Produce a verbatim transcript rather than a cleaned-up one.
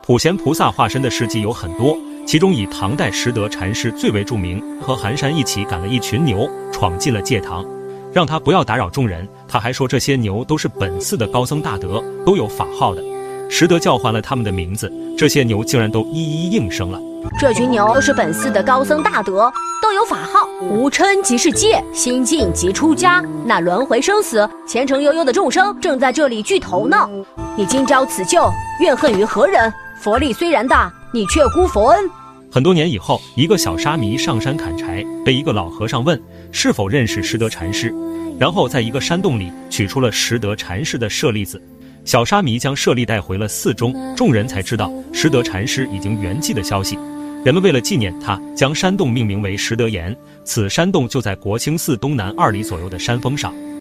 普贤菩萨化身的事迹有很多，其中以唐代拾得禅师最为著名，和寒山一起赶了一群牛，闯进了戒堂，让他不要打扰众人。他还说这些牛都是本寺的高僧大德，都有法号的。拾得叫唤了他们的名字，这些牛竟然都一一应声了。 这群牛都是本寺的高僧大德，都有法号，无嗔即是戒，心净即出家。那轮回生死、前程悠悠的众生正在这里聚头呢。你今朝此救，怨恨于何人？佛力虽然大，你却辜佛恩。 很多年以后，一个小沙弥上山砍柴，被一个老和尚问是否认识拾得禅师，然后在一个山洞里取出了拾得禅师的舍利子。小沙弥将舍利带回了寺中，众人才知道拾得禅师已经圆寂的消息。人们为了纪念他，将山洞命名为拾得岩，此山洞就在国清寺东南二里左右的山峰上。